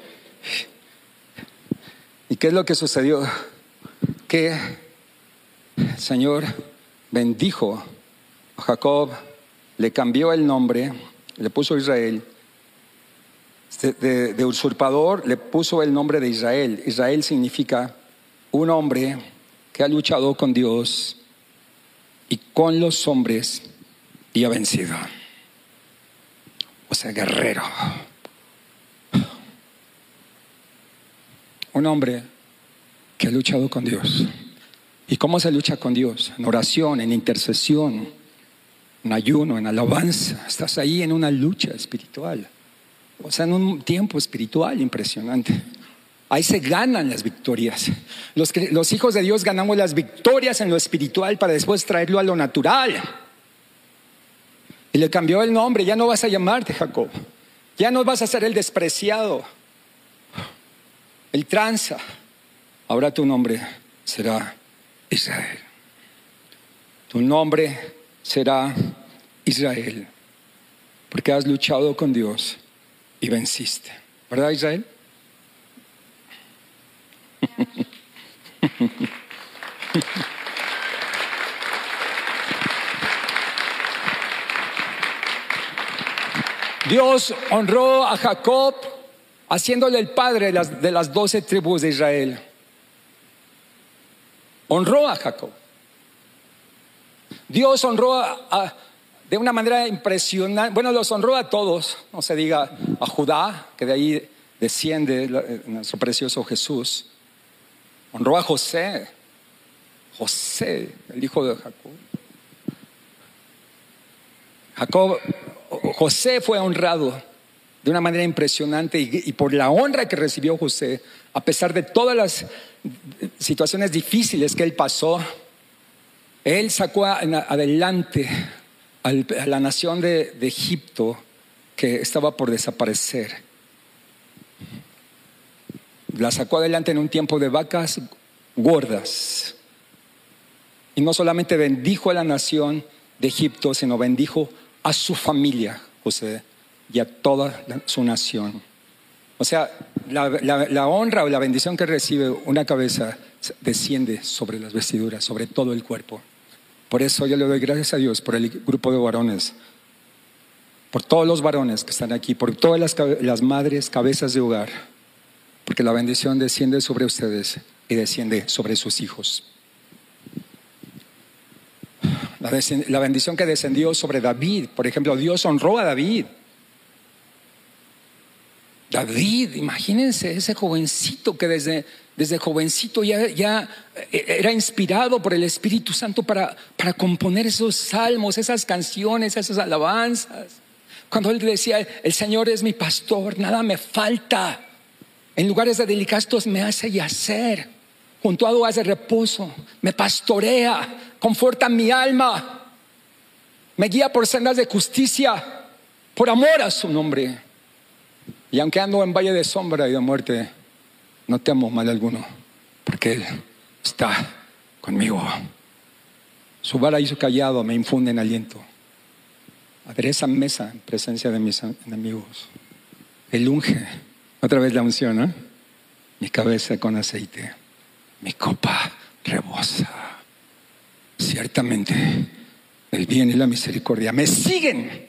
¿Y qué es lo que sucedió? Que el Señor bendijo a Jacob, le cambió el nombre, le puso Israel. De, de, de usurpador le puso el nombre de Israel. Israel significa un hombre que ha luchado con Dios y con los hombres y ha vencido. O sea, guerrero. Un hombre que ha luchado con Dios. ¿Y cómo se lucha con Dios? En oración, en intercesión, en ayuno, en alabanza. Estás ahí en una lucha espiritual. O sea, en un tiempo espiritual impresionante. Ahí se ganan las victorias. Los, que, los hijos de Dios ganamos las victorias en lo espiritual para después traerlo a lo natural. Y le cambió el nombre. Ya no vas a llamarte Jacob. Ya no vas a ser el despreciado, el tranza. Ahora tu nombre será Israel. Tu nombre será Israel. Porque has luchado con Dios y venciste. ¿Verdad, Israel? Dios honró a Jacob haciéndole el padre de las, de las doce tribus de Israel. Honró a Jacob. Dios honró a, a, de una manera impresionante. Bueno, los honró a todos. No se diga a Judá, que de ahí desciende la, nuestro precioso Jesús. Honró a José. José, el hijo de Jacob. Jacob, José fue honrado de una manera impresionante y, y por la honra que recibió José, a pesar de todas las situaciones difíciles que él pasó, él sacó adelante a la nación de, de Egipto que estaba por desaparecer. La sacó adelante en un tiempo de vacas gordas. Y no solamente bendijo a la nación de Egipto, sino bendijo a su familia, José, y a toda la, su nación. O sea, la, la, la honra o la bendición que recibe una cabeza desciende sobre las vestiduras, sobre todo el cuerpo. Por eso yo le doy gracias a Dios por el grupo de varones, por todos los varones que están aquí, por todas las, las madres, cabezas de hogar, porque la bendición desciende sobre ustedes y desciende sobre sus hijos. La, la bendición que descendió sobre David, por ejemplo, Dios honró a David. David, imagínense ese jovencito que desde, desde jovencito ya, ya era inspirado por el Espíritu Santo para, para componer esos salmos, esas canciones, esas alabanzas. Cuando él decía, el Señor es mi pastor, nada me falta. En lugares de delicastos me hace yacer, junto a aguas de reposo, me pastorea, conforta mi alma, me guía por sendas de justicia, por amor a su nombre. Y aunque ando en valle de sombra y de muerte, no temo mal alguno, porque Él está conmigo. Su vara y su callado me infunden aliento. Adereza mesa en presencia de mis enemigos. Él unge, otra vez la unción, ¿eh? Mi cabeza con aceite, mi copa rebosa. Ciertamente el bien y la misericordia me siguen.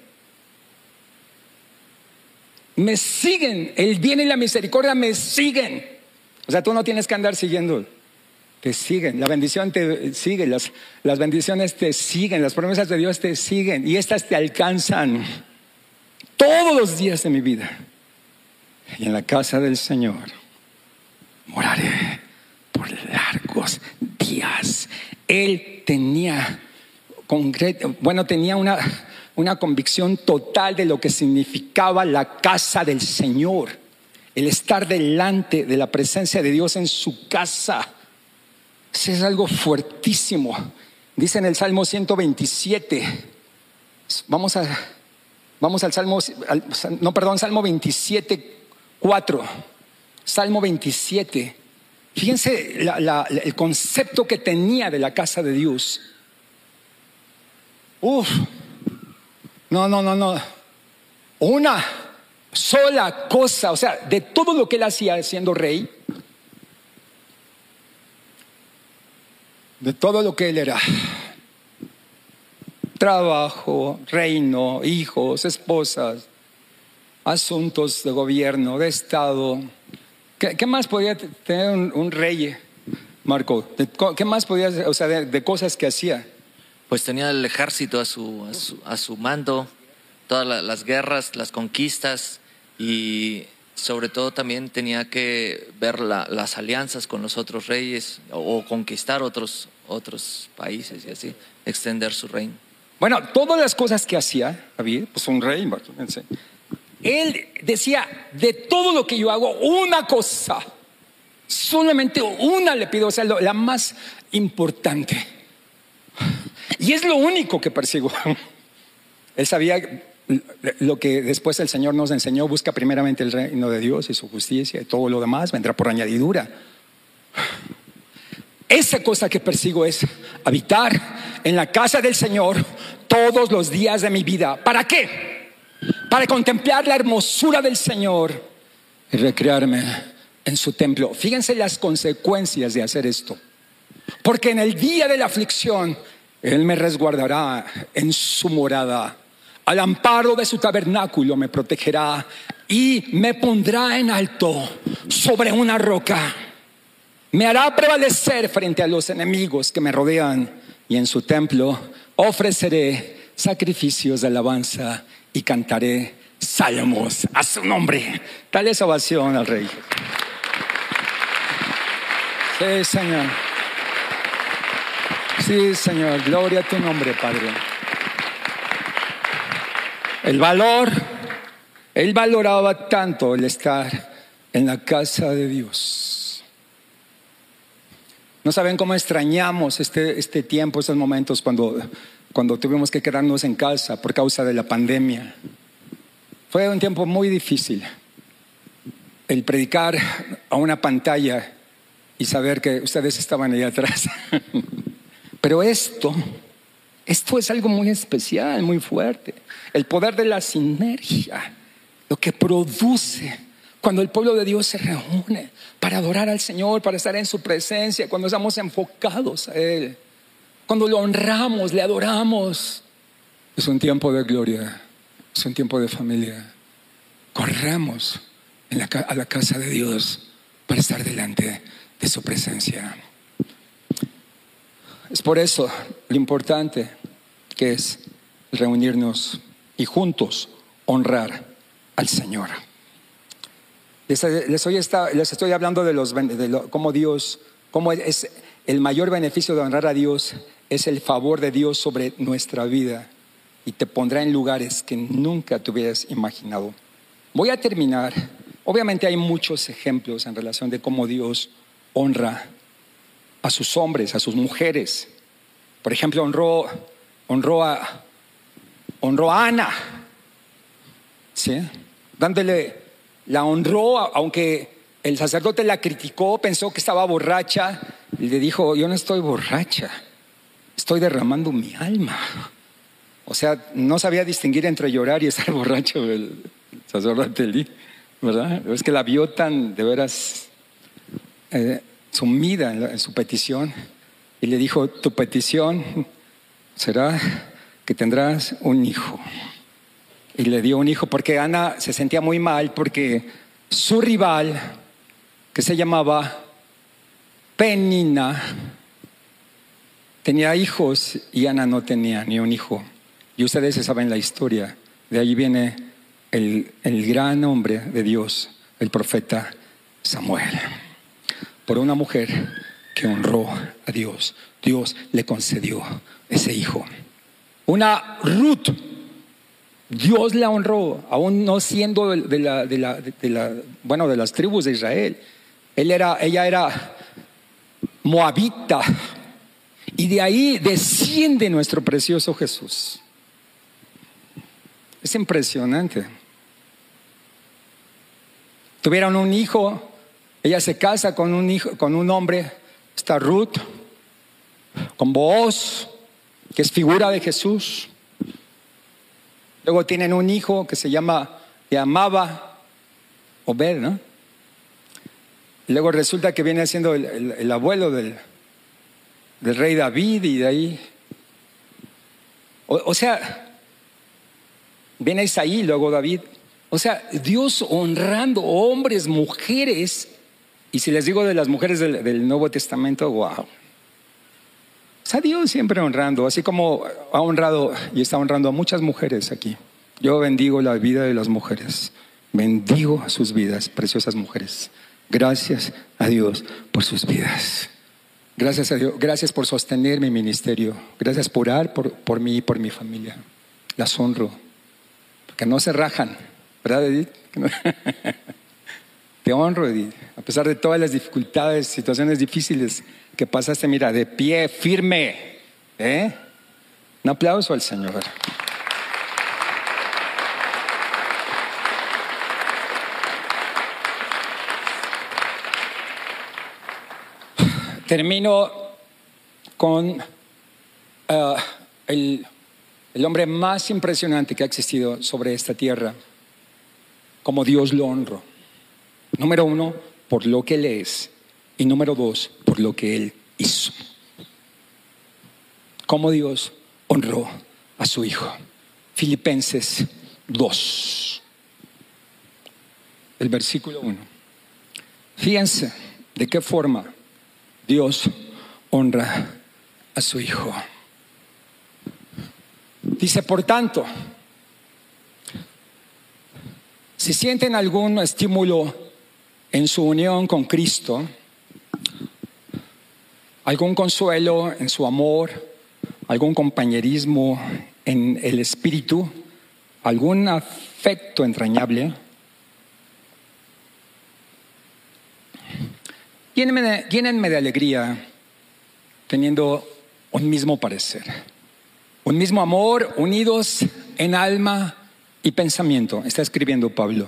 Me siguen, el bien y la misericordia me siguen. O sea, tú no tienes que andar siguiendo. Te siguen, la bendición te sigue, las, las bendiciones te siguen, las promesas de Dios te siguen y estas te alcanzan todos los días de mi vida. Y en la casa del Señor moraré por largos días. Él tenía concreto, bueno, tenía una, una convicción total de lo que significaba la casa del Señor, el estar delante de la presencia de Dios en su casa. Eso es algo fuertísimo. Dice en el Salmo ciento veintisiete. Vamos a, vamos al Salmo, al, no, perdón, Salmo veintisiete, cuatro. Salmo veintisiete. Fíjense la, la, el concepto que tenía de la casa de Dios. Uf, no, no, no, no. Una sola cosa, o sea, de todo lo que él hacía siendo rey, de todo lo que él era, trabajo, reino, hijos, esposas, asuntos de gobierno, de estado. ¿Qué, qué más podía tener un, un rey, Marco? ¿Qué más podía, o sea, de, de cosas que hacía? Pues tenía el ejército a su, a su, a su mando, todas la, las guerras, las conquistas, y sobre todo también tenía que ver la, las alianzas con los otros reyes o, o conquistar otros, otros países y así, extender su reino. Bueno, todas las cosas que hacía David, pues un rey, imagínense. Él decía, de todo lo que yo hago, una cosa, solamente una le pido, o sea, lo, la más importante. Y es lo único que persigo. Él sabía lo que después el Señor nos enseñó: busca primeramente el reino de Dios y su justicia, y todo lo demás vendrá por añadidura. Esa cosa que persigo es habitar en la casa del Señor todos los días de mi vida. ¿Para qué? Para contemplar la hermosura del Señor y recrearme en su templo. Fíjense las consecuencias de hacer esto. Porque en el día de la aflicción Él me resguardará en su morada. Al amparo de su tabernáculo me protegerá y me pondrá en alto sobre una roca. Me hará prevalecer frente a los enemigos que me rodean, y en su templo ofreceré sacrificios de alabanza y cantaré salmos a su nombre. Dale esa ovación al Rey. Sí, Señor. Sí, Señor. Gloria a tu nombre, Padre. El valor, Él valoraba tanto el estar en la casa de Dios. No saben cómo extrañamos este, este tiempo, estos momentos cuando, cuando tuvimos que quedarnos en casa por causa de la pandemia. Fue un tiempo muy difícil el predicar a una pantalla y saber que ustedes estaban ahí atrás. Pero esto, esto es algo muy especial, muy fuerte. El poder de la sinergia, lo que produce cuando el pueblo de Dios se reúne para adorar al Señor, para estar en su presencia, cuando estamos enfocados a Él, cuando lo honramos, le adoramos. Es un tiempo de gloria, es un tiempo de familia. Corramos en la, a la casa de Dios para estar delante de su presencia. Es por eso lo importante que es reunirnos y juntos honrar al Señor. Les, les, hoy está, les estoy hablando de, los, de lo, cómo Dios, cómo es el mayor beneficio de honrar a Dios, es el favor de Dios sobre nuestra vida, y te pondrá en lugares que nunca te hubieras imaginado. Voy a terminar. Obviamente hay muchos ejemplos en relación de cómo Dios honra a sus hombres, a sus mujeres. Por ejemplo, honró, honró, a, honró a Ana, ¿sí? Dándole la honró, aunque el sacerdote la criticó, pensó que estaba borracha, y le dijo: yo no estoy borracha, estoy derramando mi alma. O sea, no sabía distinguir entre llorar y estar borracho el sacerdote Elí, ¿verdad? Es que la vio tan, de veras, eh, sumida en, la, en su petición, y le dijo: tu petición será que tendrás un hijo. Y le dio un hijo, porque Ana se sentía muy mal, porque su rival, que se llamaba Penina, tenía hijos y Ana no tenía ni un hijo. Y ustedes se saben la historia. De ahí viene el, el gran hombre de Dios, el profeta Samuel. Por una mujer que honró a Dios, Dios le concedió ese hijo. Una Ruth, Dios la honró, aún no siendo de la, de la, de la, bueno, de las tribus de Israel. Él era, ella era moabita, y de ahí desciende nuestro precioso Jesús. Es impresionante. Tuvieron un hijo, ella se casa con un hijo, con un hombre, está Ruth, con Booz, que es figura de Jesús. Luego tienen un hijo que se llama, que llamaba Obed, ¿no? Y luego resulta que viene siendo el, el, el abuelo del, del rey David, y de ahí, o, o sea, viene Isaí, luego David. O sea, Dios honrando hombres, mujeres. Y si les digo de las mujeres del, del Nuevo Testamento, wow. O sea, Dios siempre honrando, así como ha honrado y está honrando a muchas mujeres aquí. Yo bendigo la vida de las mujeres, bendigo sus vidas, preciosas mujeres. Gracias a Dios por sus vidas. Gracias a Dios, gracias por sostener mi ministerio. Gracias por orar por, por mí y por mi familia. Las honro, porque no se rajan, ¿verdad, Edith? Te honro, Edith, a pesar de todas las dificultades, situaciones difíciles que pasaste, mira, de pie, firme, ¿eh? Un aplauso al Señor. Termino con uh, el, el hombre más impresionante que ha existido sobre esta tierra, como Dios lo honró. Número uno, por lo que Él es, y número dos, por lo que Él hizo. Como Dios honró a su Hijo. Filipenses dos, el versículo uno. Fíjense de qué forma Dios honra a su Hijo. Dice: por tanto, si sienten algún estímulo en su unión con Cristo, algún consuelo en su amor, algún compañerismo en el espíritu, algún afecto entrañable, llénenme de, llénenme de alegría teniendo un mismo parecer, un mismo amor, unidos en alma y pensamiento. Está escribiendo Pablo.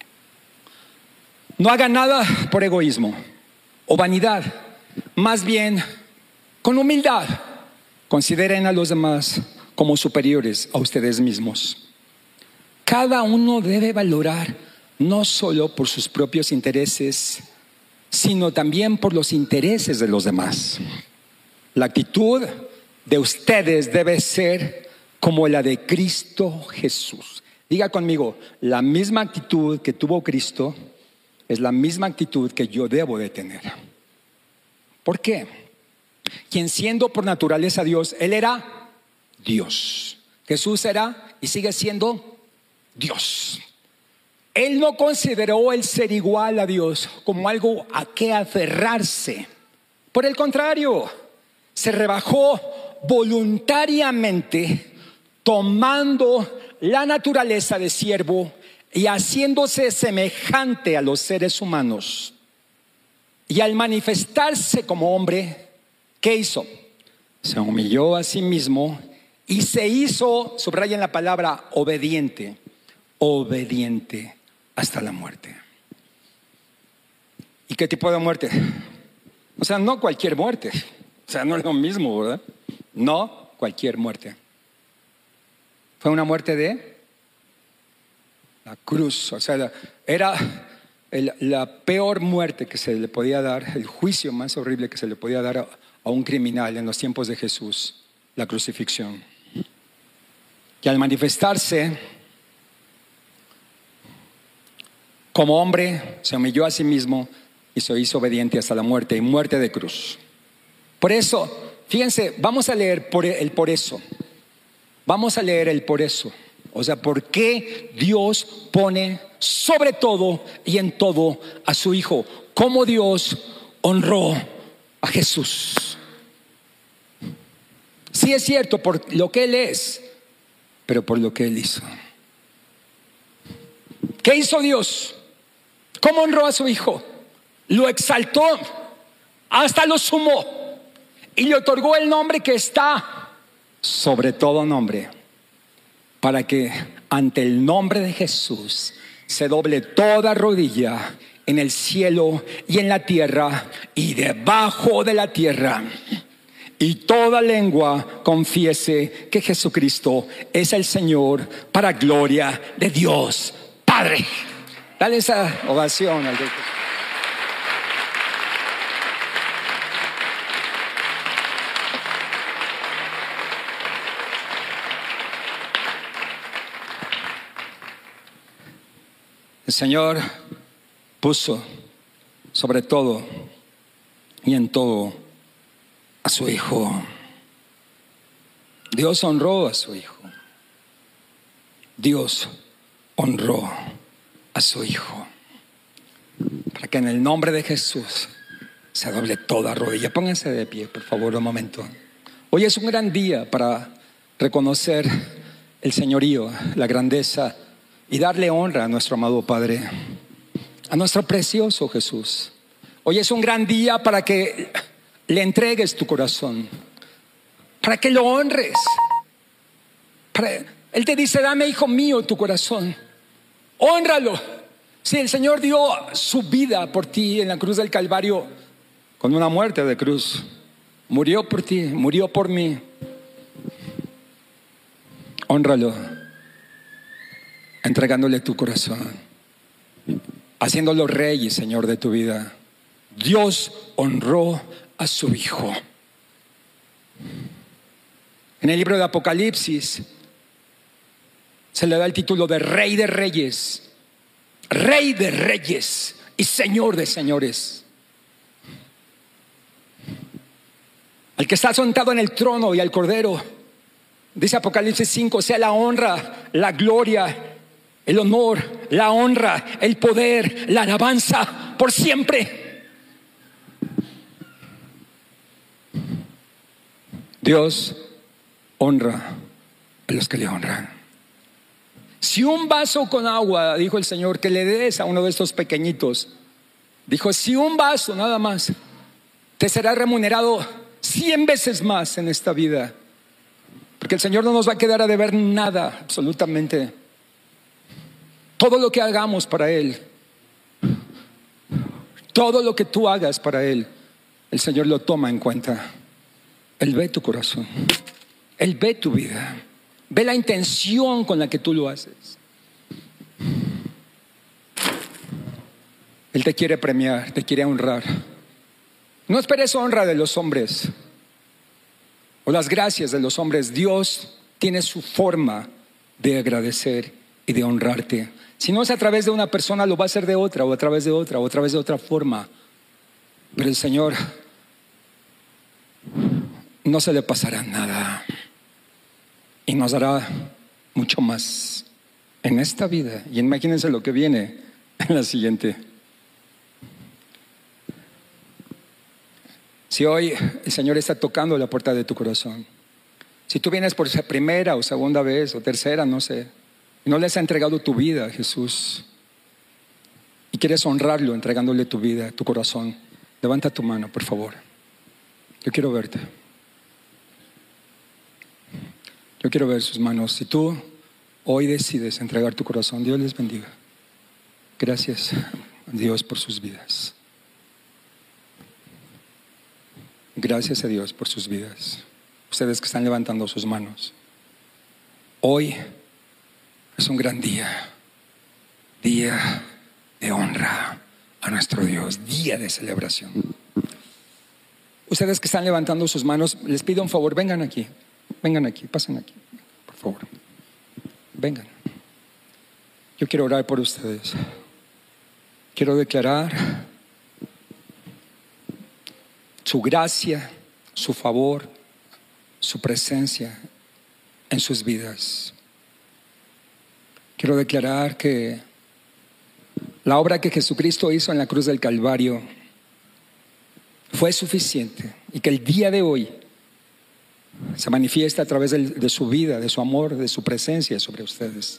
No hagan nada por egoísmo o vanidad, más bien con humildad consideren a los demás como superiores a ustedes mismos. Cada uno debe valorar no solo por sus propios intereses, sino también por los intereses de los demás. La actitud de ustedes debe ser como la de Cristo Jesús. Diga conmigo: la misma actitud que tuvo Cristo es la misma actitud que yo debo de tener. ¿Por qué? Quien siendo por naturaleza Dios, Él era Dios. Jesús era y sigue siendo Dios. Él no consideró el ser igual a Dios como algo a qué aferrarse. Por el contrario, se rebajó voluntariamente, tomando la naturaleza de siervo y haciéndose semejante a los seres humanos. Y al manifestarse como hombre, ¿qué hizo? Se humilló a sí mismo y se hizo, subrayen la palabra, obediente, obediente hasta la muerte. qué tipo de muerte? O sea, no cualquier muerte. O sea, no es lo mismo, ¿verdad? No cualquier muerte. Fue una muerte de la cruz. O sea, era el, la peor muerte que se le podía dar, el juicio más horrible que se le podía dar a, a un criminal en los tiempos de Jesús, la crucifixión. Y al manifestarse como hombre, se humilló a sí mismo y se hizo obediente hasta la muerte, y muerte de cruz. Por eso, fíjense, vamos a leer por el por eso. Vamos a leer el por eso. O sea, ¿por qué Dios pone sobre todo y en todo a su Hijo? ¿Cómo Dios honró a Jesús? Sí es cierto, por lo que Él es, pero por lo que Él hizo. ¿Qué hizo Dios? ¿Cómo honró a su Hijo? Lo exaltó hasta lo sumó y le otorgó el nombre que está sobre todo nombre, para que ante el nombre de Jesús se doble toda rodilla en el cielo y en la tierra y debajo de la tierra, y toda lengua confiese que Jesucristo es el Señor, para gloria de Dios Padre. Dale esa ovación al Rey. El Señor puso sobre todo y en todo a su Hijo. Dios honró a su Hijo. Dios honró a su Hijo, para que en el nombre de Jesús se doble toda rodilla. Pónganse de pie, por favor, un momento. Hoy es un gran día para reconocer el señorío, la grandeza, y darle honra a nuestro amado Padre, a nuestro precioso Jesús. Hoy es un gran día para que le entregues tu corazón, para que lo honres. Para, Él te dice: dame, hijo mío, tu corazón, hónralo. Si el Señor dio su vida por ti en la cruz del Calvario, con una muerte de cruz, murió por ti, murió por mí, hónralo, entregándole tu corazón, haciéndolo rey y Señor de tu vida. Dios honró a su Hijo. En el libro de Apocalipsis se le da el título de Rey de Reyes, Rey de Reyes y Señor de Señores. Al que está sentado en el trono y al Cordero, dice Apocalipsis cinco, sea la honra, la gloria, el honor, la honra, el poder, la alabanza por siempre. Dios honra a los que le honran. Si un vaso con agua, dijo el Señor, que le des a uno de estos pequeñitos, dijo, si un vaso nada más, te será remunerado cien veces más en esta vida, porque el Señor no nos va a quedar a deber nada, absolutamente. Todo lo que hagamos para Él, todo lo que tú hagas para Él, el Señor lo toma en cuenta. Él ve tu corazón, Él ve tu vida, ve la intención con la que tú lo haces. Él te quiere premiar, te quiere honrar. No esperes honra de los hombres o las gracias de los hombres. Dios tiene su forma de agradecer y de honrarte. Si no es a través de una persona, lo va a hacer de otra, o a través de otra, o a través de otra forma. Pero el Señor no se le pasará nada y nos dará mucho más en esta vida. Y imagínense lo que viene en la siguiente. Si hoy el Señor está tocando la puerta de tu corazón, si tú vienes por esa primera o segunda vez o tercera, no sé, y no le has entregado tu vida a Jesús y quieres honrarlo entregándole tu vida, tu corazón, levanta tu mano, por favor. Yo quiero verte. Yo quiero ver sus manos. Si tú hoy decides entregar tu corazón, Dios les bendiga. Gracias, Dios, por sus vidas. Gracias a Dios por sus vidas. Ustedes que están levantando sus manos. Hoy es un gran día. Día de honra a nuestro Dios. Día de celebración. Ustedes que están levantando sus manos, les pido un favor, vengan aquí. Vengan aquí, pasen aquí, por favor. Vengan. Yo quiero orar por ustedes. Quiero declarar su gracia, su favor, su presencia en sus vidas. Quiero declarar que la obra que Jesucristo hizo en la cruz del Calvario fue suficiente y que el día de hoy se manifiesta a través de, de su vida, de su amor, de su presencia sobre ustedes.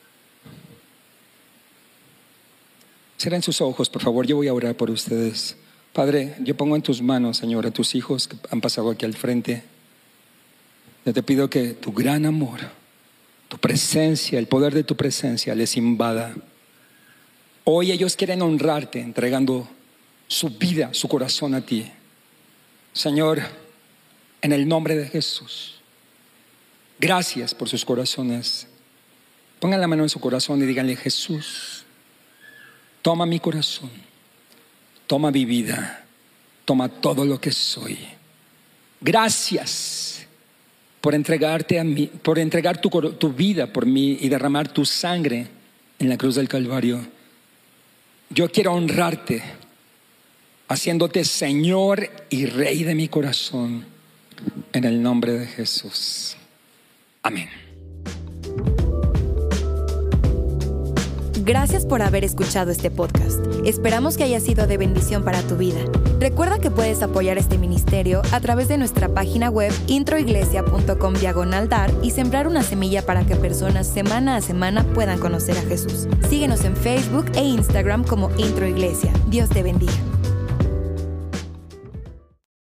Cierren sus ojos, por favor, yo voy a orar por ustedes. Padre, yo pongo en tus manos, Señor, a tus hijos que han pasado aquí al frente. Yo te pido que tu gran amor, tu presencia, el poder de tu presencia les invada. Hoy ellos quieren honrarte entregando su vida, su corazón a ti. Señor, en el nombre de Jesús, gracias por sus corazones. Pongan la mano en su corazón y díganle: Jesús, toma mi corazón, toma mi vida, toma todo lo que soy. Gracias por entregarte a mí, por entregar tu, tu vida por mí y derramar tu sangre en la cruz del Calvario. Yo quiero honrarte, haciéndote Señor y Rey de mi corazón, en el nombre de Jesús. Amén. Gracias por haber escuchado este podcast. Esperamos que haya sido de bendición para tu vida. Recuerda que puedes apoyar este ministerio a través de nuestra página web introiglesia.com diagonal dar y sembrar una semilla para que personas semana a semana puedan conocer a Jesús. Síguenos en Facebook e Instagram como Intro Iglesia. Dios te bendiga.